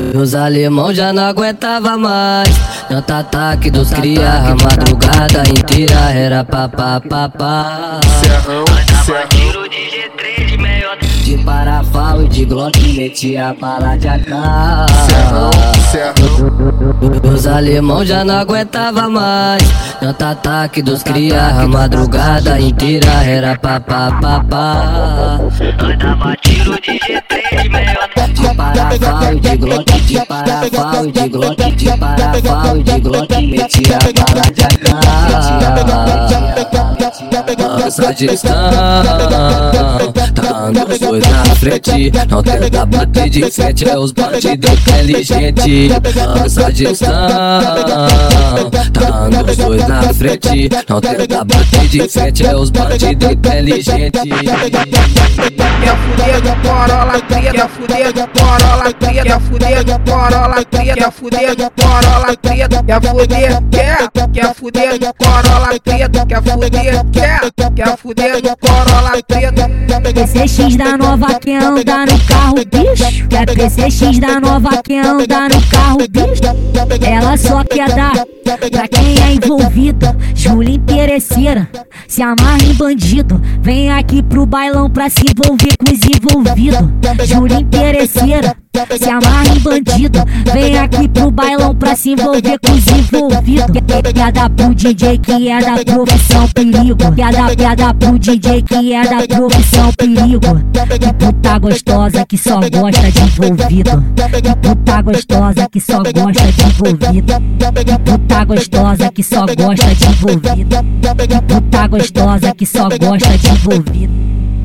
Os alemão já não aguentava mais tanto ataque dos cria, a madrugada inteira era papapá. Tiro de G3 de meiota, de parafal e de Glock metia bala de AK. Os alemão já não aguentava mais tanto ataque dos cria, a madrugada inteira era papapá. andava tiro de G3 de meiota, De parafal e de Glock, de parafal e de Glock, de parafal e de Glock metia bala de AK. Essa distância, tá nos dois na frente, não tenta bater de frente, é os bandidos inteligentes. Essa distância, tá nos dois na frente, não tenta bater de frente, é os bandidos inteligentes. Quer fuder do Corolla cria, quer fuder do Corolla cria, quer fuder do Corolla cria, quer fuder do Corolla cria, quer fuder, quer fuder do Corolla cria, quer fuder, quer fuder do Corolla cria. PCX da nova quer andar no carro, bicho. Quer PCX da nova quer andar no carro, bicho. Ela só quer dar pra quem é envolvido. Júlia interesseira, se amarra em bandido. Vem aqui pro bailão pra se envolver com os envolvidos. Júlia interesseira, se amarra em bandido. Vem aqui pro bailão pra se envolver com os envolvidos. Quer dar pro DJ que é da profissão perigo. Quer dar pro DJ que é da profissão perigo. Que puta gostosa que só gosta de envolvido. Que puta gostosa que só gosta de envolvido. Que puta gostosa que só gosta de envolvido. Que puta gostosa que só gosta de envolvido.